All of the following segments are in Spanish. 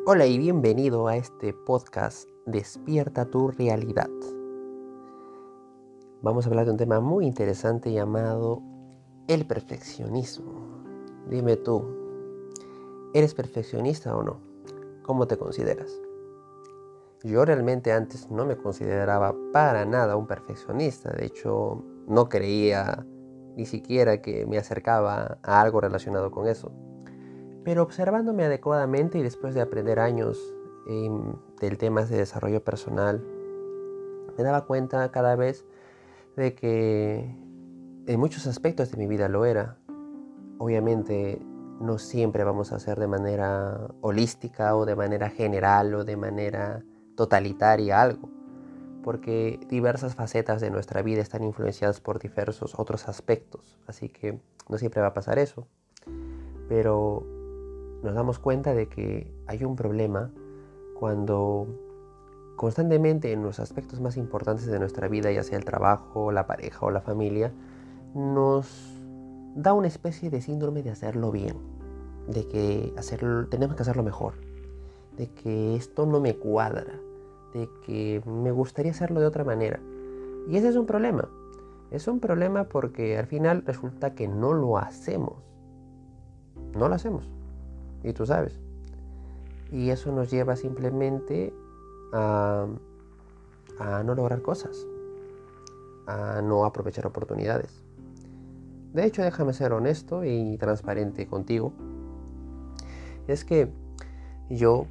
Hola y bienvenido a este podcast Despierta tu realidad. Vamos a hablar de un tema muy interesante llamado el perfeccionismo. Dime tú, ¿eres perfeccionista o no? ¿Cómo te consideras? Yo realmente antes no me consideraba para nada un perfeccionista. De hecho, no creía ni siquiera que me acercaba a algo relacionado con eso. Pero observándome adecuadamente y después de aprender años del tema de desarrollo personal, me daba cuenta cada vez de que en muchos aspectos de mi vida lo era. Obviamente no siempre vamos a hacer de manera holística o de manera general o de manera totalitaria algo, porque diversas facetas de nuestra vida están influenciadas por diversos otros aspectos, así que no siempre va a pasar eso. Pero nos damos cuenta de que hay un problema cuando constantemente en los aspectos más importantes de nuestra vida, ya sea el trabajo, la pareja o la familia, nos da una especie de síndrome de hacerlo bien, de que tenemos que hacerlo mejor, de que esto no me cuadra, de que me gustaría hacerlo de otra manera. Y ese es un problema. Es un problema porque al final resulta que no lo hacemos. No lo hacemos. Y tú sabes. Y eso nos lleva simplemente a, a no lograr cosas, a no aprovechar oportunidades. De hecho, déjame ser honesto y transparente contigo. Es que yo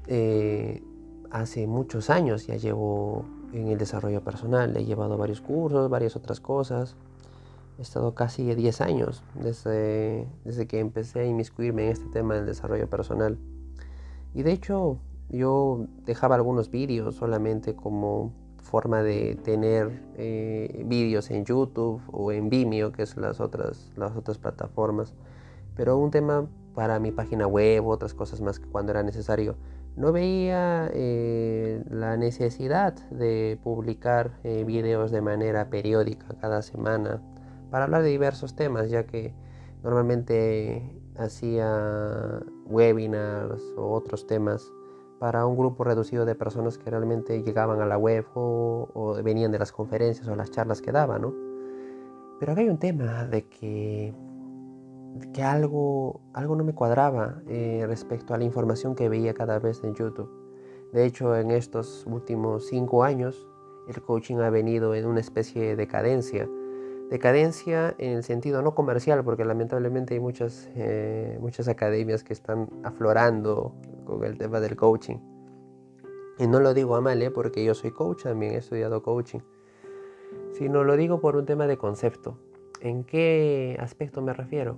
hace muchos años ya llevo en el desarrollo personal. He llevado varios cursos, varias otras cosas. He estado casi 10 años desde que empecé a inmiscuirme en este tema del desarrollo personal. Y de hecho, yo dejaba algunos vídeos solamente como forma de tener vídeos en YouTube o en Vimeo, que es las otras plataformas. Pero un tema para mi página web, otras cosas más que cuando era necesario. No veía la necesidad de publicar videos de manera periódica cada semana para hablar de diversos temas, ya que normalmente hacía webinars o otros temas para un grupo reducido de personas que realmente llegaban a la web o venían de las conferencias o las charlas que daba, ¿no? Pero acá hay un tema de que algo no me cuadraba respecto a la información que veía cada vez en YouTube. De hecho, en estos últimos 5 años, el coaching ha venido en una especie de decadencia. Decadencia en el sentido no comercial, porque lamentablemente hay muchas academias que están aflorando con el tema del coaching. Y no lo digo a mal, porque yo soy coach, también he estudiado coaching, sino lo digo por un tema de concepto. ¿En qué aspecto me refiero?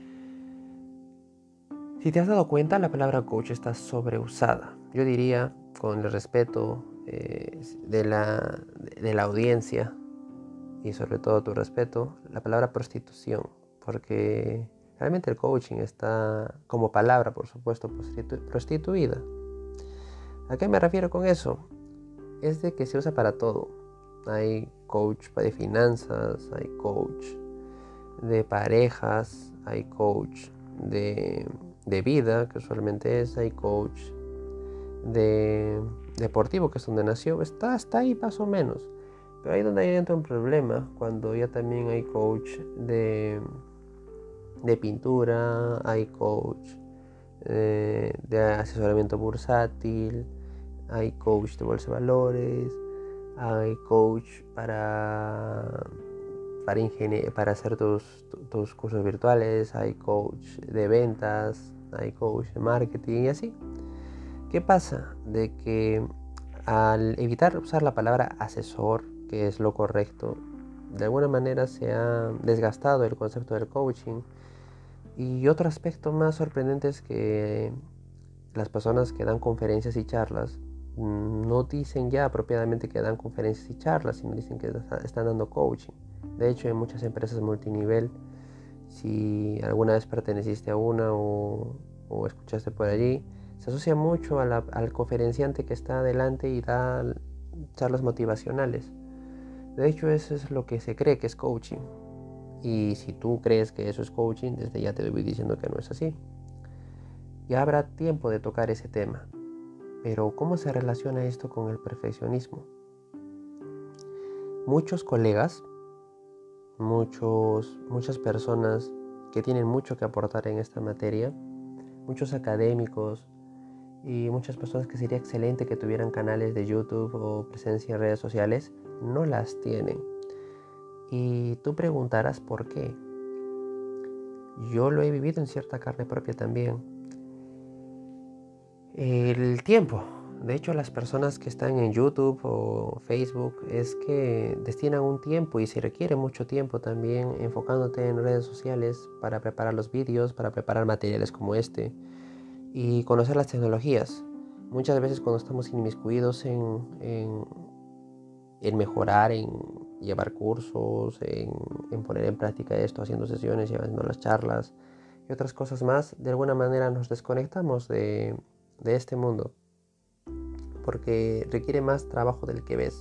Si te has dado cuenta, la palabra coach está sobreusada. Yo diría, con el respeto de la audiencia y sobre todo tu respeto, la palabra prostitución. Porque realmente el coaching está, como palabra, por supuesto, prostituida. ¿A qué me refiero con eso? Es de que se usa para todo. Hay coach de finanzas, hay coach de parejas, hay coach de vida, que usualmente hay coach de deportivo, que es donde nació, está ahí más o menos. Pero ahí donde entra un problema, cuando ya también hay coach de pintura, hay coach de asesoramiento bursátil, hay coach de bolsa de valores, hay coach para hacer tus cursos virtuales, hay coach de ventas, hay coach de marketing y así. ¿Qué pasa? De que al evitar usar la palabra asesor, que es lo correcto, de alguna manera se ha desgastado el concepto del coaching. Y otro aspecto más sorprendente es que las personas que dan conferencias y charlas no dicen ya apropiadamente que dan conferencias y charlas, sino dicen que están dando coaching. De hecho, en muchas empresas multinivel, si alguna vez perteneciste a una o escuchaste por allí, se asocia mucho al conferenciante que está adelante y da charlas motivacionales. De hecho, eso es lo que se cree que es coaching. Y si tú crees que eso es coaching, desde ya te voy diciendo que no es así. Ya habrá tiempo de tocar ese tema. Pero ¿cómo se relaciona esto con el perfeccionismo? Muchos colegas, muchas personas que tienen mucho que aportar en esta materia, muchos académicos y muchas personas que sería excelente que tuvieran canales de YouTube o presencia en redes sociales, no las tienen. Y tú preguntarás por qué. Yo lo he vivido en cierta carne propia también. El tiempo. De hecho, las personas que están en YouTube o Facebook es que destinan un tiempo y se requiere mucho tiempo también enfocándote en redes sociales para preparar los vídeos, para preparar materiales como este y conocer las tecnologías. Muchas veces cuando estamos inmiscuidos en mejorar, en llevar cursos, en poner en práctica esto, haciendo sesiones, llevando las charlas y otras cosas más, de alguna manera nos desconectamos de este mundo, porque requiere más trabajo del que ves.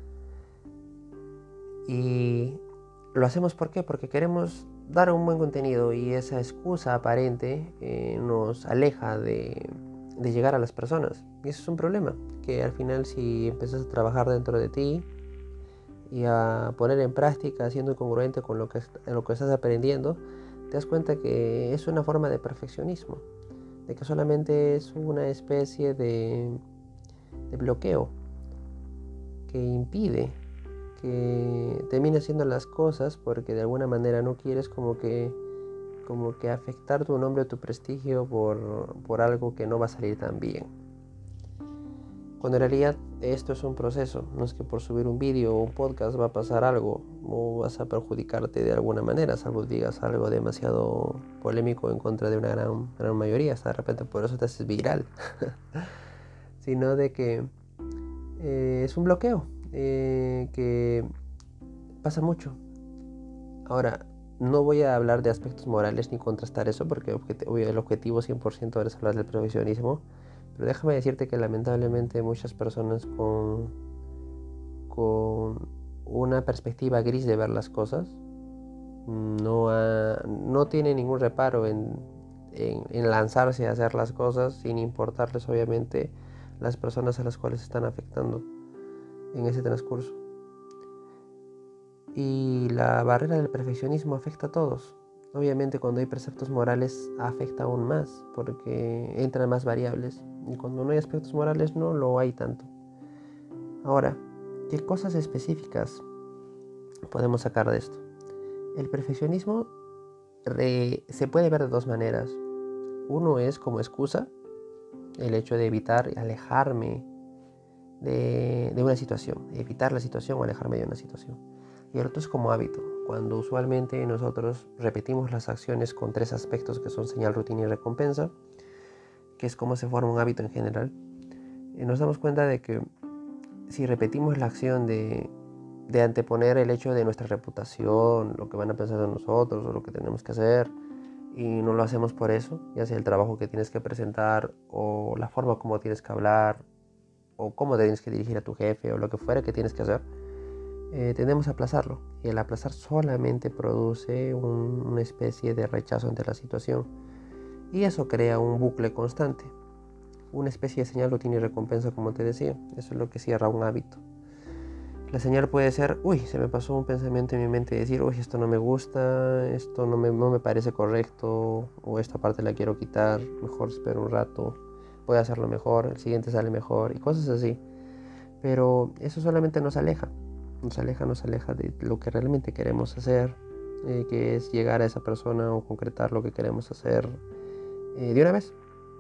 Y lo hacemos ¿por qué? Porque queremos dar un buen contenido y esa excusa aparente nos aleja de llegar a las personas. Y eso es un problema, que al final si empiezas a trabajar dentro de ti y a poner en práctica, siendo congruente con lo que estás aprendiendo, te das cuenta que es una forma de perfeccionismo, de que solamente es una especie de bloqueo que impide que termines haciendo las cosas porque de alguna manera no quieres como que afectar tu nombre o tu prestigio por algo que no va a salir tan bien. Cuando en realidad esto es un proceso, no es que por subir un vídeo o un podcast va a pasar algo o vas a perjudicarte de alguna manera, salvo digas algo demasiado polémico en contra de una gran mayoría, hasta de repente por eso te haces viral, sino de que es un bloqueo que pasa mucho. Ahora, no voy a hablar de aspectos morales ni contrastar eso porque el objetivo 100% es hablar del profesionismo, pero déjame decirte que lamentablemente muchas personas con una perspectiva gris de ver las cosas no tienen ningún reparo en lanzarse a hacer las cosas sin importarles obviamente las personas a las cuales están afectando en ese transcurso. Y la barrera del perfeccionismo afecta a todos. Obviamente cuando hay preceptos morales afecta aún más porque entran más variables y cuando no hay aspectos morales no lo hay tanto. Ahora, ¿qué cosas específicas podemos sacar de esto? El perfeccionismo se puede ver de dos maneras. Uno es como excusa, el hecho de evitar alejarme de una situación, evitar la situación o alejarme de una situación. Y el otro es como hábito, cuando usualmente nosotros repetimos las acciones con tres aspectos que son señal, rutina y recompensa, que es cómo se forma un hábito en general. Nos damos cuenta de que si repetimos la acción de anteponer el hecho de nuestra reputación, lo que van a pensar de nosotros o lo que tenemos que hacer, y no lo hacemos por eso, ya sea el trabajo que tienes que presentar o la forma como tienes que hablar o cómo te tienes que dirigir a tu jefe o lo que fuera que tienes que hacer, tendemos a aplazarlo, y el aplazar solamente produce una especie de rechazo ante la situación y eso crea un bucle constante, una especie de señal, rutina y recompensa, como te decía. Eso es lo que cierra un hábito. La señal puede ser, uy, se me pasó un pensamiento en mi mente de decir, uy, esto no me gusta, esto no me parece correcto, o esta parte la quiero quitar, mejor espero un rato, voy a hacerlo mejor, el siguiente sale mejor y cosas así. Pero eso solamente nos aleja de lo que realmente queremos hacer, que es llegar a esa persona o concretar lo que queremos hacer de una vez.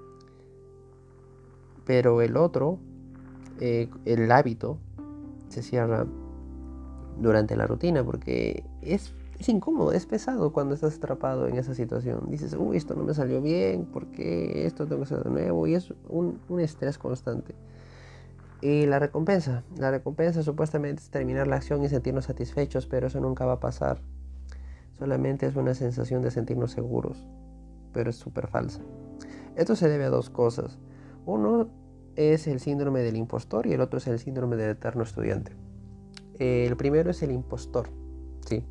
Pero el otro, el hábito, se cierra durante la rutina porque es incómodo, es pesado cuando estás atrapado en esa situación. Dices, uy, esto no me salió bien, ¿por qué esto tengo que hacer de nuevo? Y es un estrés constante. Y la recompensa supuestamente es terminar la acción y sentirnos satisfechos, pero eso nunca va a pasar. Solamente es una sensación de sentirnos seguros, pero es súper falsa. Esto se debe a dos cosas. Uno es el síndrome del impostor y el otro es el síndrome del eterno estudiante. El primero es el impostor, ¿sí?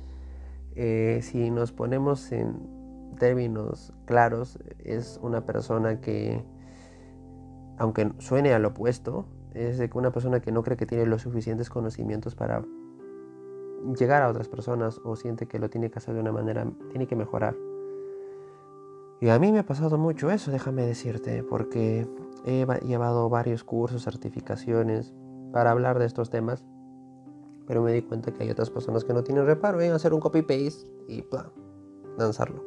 Si nos ponemos en términos claros, es una persona que aunque suene al opuesto, es de que una persona que no cree que tiene los suficientes conocimientos para llegar a otras personas o siente que lo tiene que hacer de una manera, tiene que mejorar. Y a mí me ha pasado mucho eso, déjame decirte, porque he llevado varios cursos, certificaciones para hablar de estos temas, pero me di cuenta que hay otras personas que no tienen reparo en hacer un copy-paste y lanzarlo.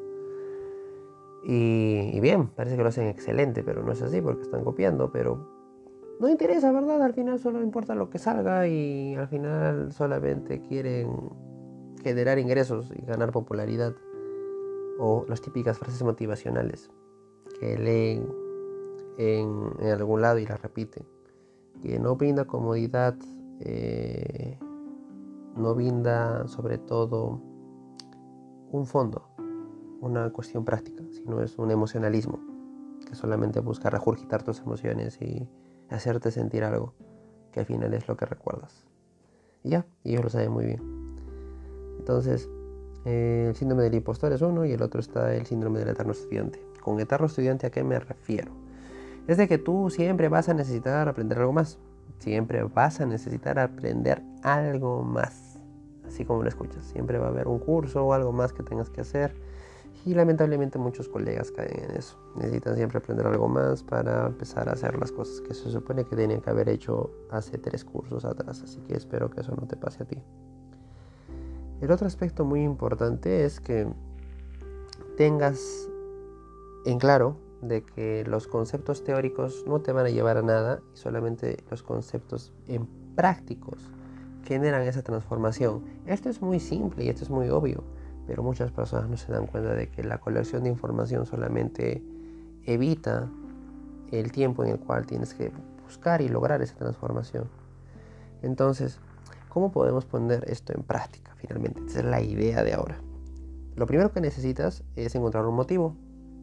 Y bien, parece que lo hacen excelente, pero no es así porque están copiando, pero no interesa, ¿verdad? Al final solo importa lo que salga y al final solamente quieren generar ingresos y ganar popularidad. O las típicas frases motivacionales que leen en algún lado y las repiten. Que no brinda comodidad, no brinda sobre todo un fondo, una cuestión práctica, sino es un emocionalismo que solamente busca regurgitar tus emociones y hacerte sentir algo que al final es lo que recuerdas. Y ya, ellos lo saben muy bien. Entonces, el síndrome del impostor es uno y el otro está el síndrome del eterno estudiante. Con eterno estudiante, ¿a qué me refiero? Es de que tú siempre vas a necesitar aprender algo más. Siempre vas a necesitar aprender algo más. Así como lo escuchas. Siempre va a haber un curso o algo más que tengas que hacer. Y lamentablemente muchos colegas caen en eso. Necesitan siempre aprender algo más para empezar a hacer las cosas que se supone que tenían que haber hecho hace 3 cursos atrás. Así que espero que eso no te pase a ti. El otro aspecto muy importante es que tengas en claro de que los conceptos teóricos no te van a llevar a nada y solamente los conceptos en prácticos generan esa transformación. Esto es muy simple y esto es muy obvio, pero muchas personas no se dan cuenta de que la colección de información solamente evita el tiempo en el cual tienes que buscar y lograr esa transformación. Entonces, ¿cómo podemos poner esto en práctica finalmente? Esa es la idea de ahora. Lo primero que necesitas es encontrar un motivo.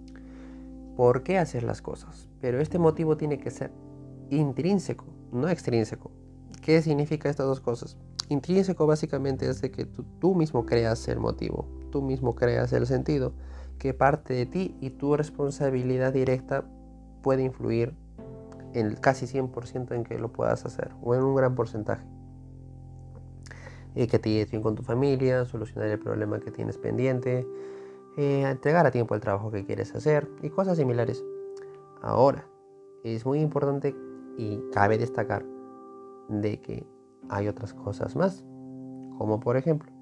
¿Por qué hacer las cosas? Pero este motivo tiene que ser intrínseco, no extrínseco. ¿Qué significa estas dos cosas? Intrínseco básicamente es de que tú mismo creas el motivo, tú mismo creas el sentido, que parte de ti y tu responsabilidad directa puede influir en casi 100% en que lo puedas hacer, o en un gran porcentaje. Que te lleves bien con tu familia, solucionar el problema que tienes pendiente, entregar a tiempo el trabajo que quieres hacer y cosas similares. Ahora, es muy importante y cabe destacar de que hay otras cosas más, como por ejemplo,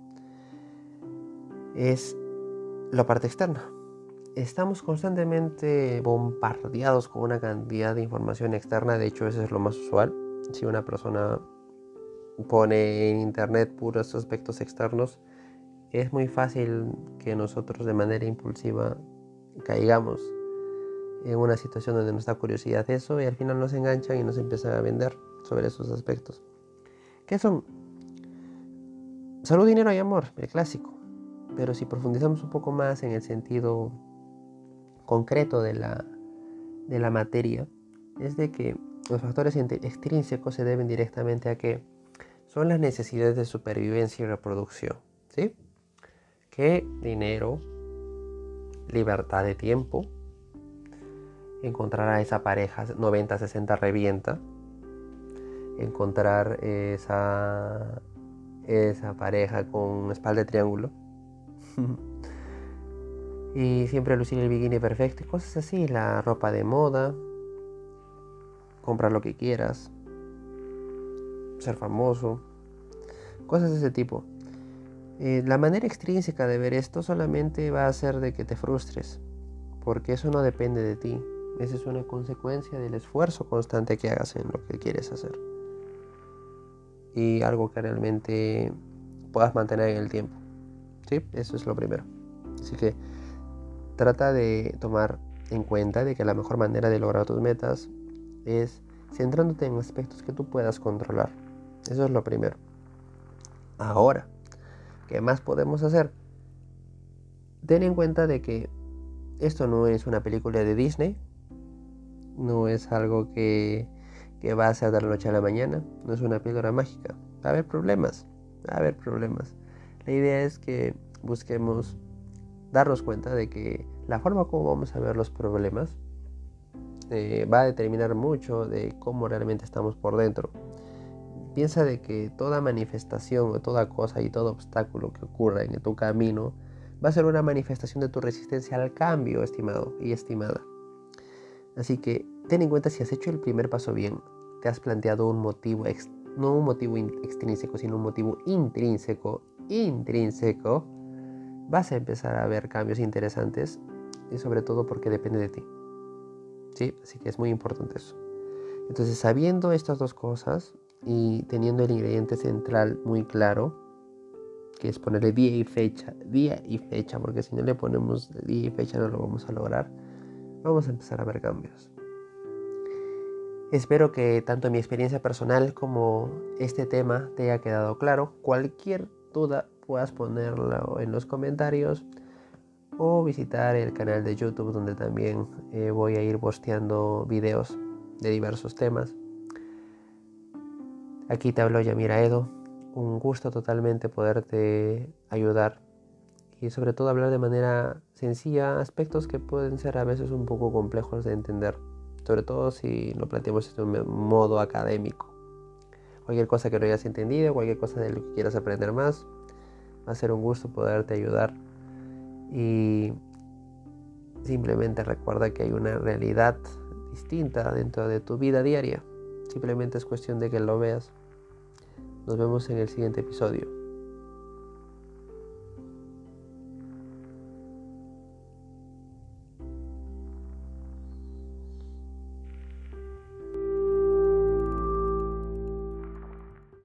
es la parte externa. Estamos constantemente bombardeados con una cantidad de información externa, de hecho eso es lo más usual. Si una persona pone en internet puros aspectos externos, es muy fácil que nosotros de manera impulsiva caigamos en una situación donde nos da curiosidad eso y al final nos enganchan y nos empiezan a vender sobre esos aspectos. ¿Qué son? Salud, dinero y amor, el clásico. Pero si profundizamos un poco más en el sentido concreto de la materia, es de que los factores extrínsecos se deben directamente a que son las necesidades de supervivencia y reproducción, ¿sí? Que dinero, libertad de tiempo, encontrar a esa pareja 90-60 revienta, encontrar esa pareja con espalda de triángulo y siempre lucir el bikini perfecto y cosas así, la ropa de moda, comprar lo que quieras, ser famoso, cosas de ese tipo. La manera extrínseca de ver esto solamente va a hacer de que te frustres, porque eso no depende de ti. Esa es una consecuencia del esfuerzo constante que hagas en lo que quieres hacer. Y algo que realmente puedas mantener en el tiempo. ¿Sí? Eso es lo primero. Así que trata de tomar en cuenta de que la mejor manera de lograr tus metas es centrándote en aspectos que tú puedas controlar. Eso es lo primero. Ahora, ¿qué más podemos hacer? Ten en cuenta de que esto no es una película de Disney. No es algo que va a ser de la noche a la mañana. No es una píldora mágica. Va a haber problemas. La idea es que busquemos darnos cuenta de que la forma como vamos a ver los problemas va a determinar mucho de cómo realmente estamos por dentro. Piensa de que toda manifestación o toda cosa y todo obstáculo que ocurra en tu camino va a ser una manifestación de tu resistencia al cambio, estimado y estimada. Así que ten en cuenta, si has hecho el primer paso bien, te has planteado un motivo, no un motivo extrínseco, sino un motivo intrínseco, vas a empezar a ver cambios interesantes, y sobre todo porque depende de ti. ¿Sí? Así que es muy importante eso. Entonces, sabiendo estas dos cosas y teniendo el ingrediente central muy claro, que es ponerle día y fecha, porque si no le ponemos día y fecha no lo vamos a lograr, vamos a empezar a ver cambios. Espero que tanto mi experiencia personal como este tema te haya quedado claro. Cualquier duda puedas ponerlo en los comentarios o visitar el canal de YouTube, donde también voy a ir posteando videos de diversos temas. Aquí te habló Yamir Aedo. Un gusto totalmente poderte ayudar y sobre todo hablar de manera sencilla aspectos que pueden ser a veces un poco complejos de entender, sobre todo si lo planteamos de un modo académico. Cualquier cosa que no hayas entendido, cualquier cosa de lo que quieras aprender más, va a ser un gusto poderte ayudar. Y simplemente recuerda que hay una realidad distinta dentro de tu vida diaria. Simplemente es cuestión de que lo veas. Nos vemos en el siguiente episodio.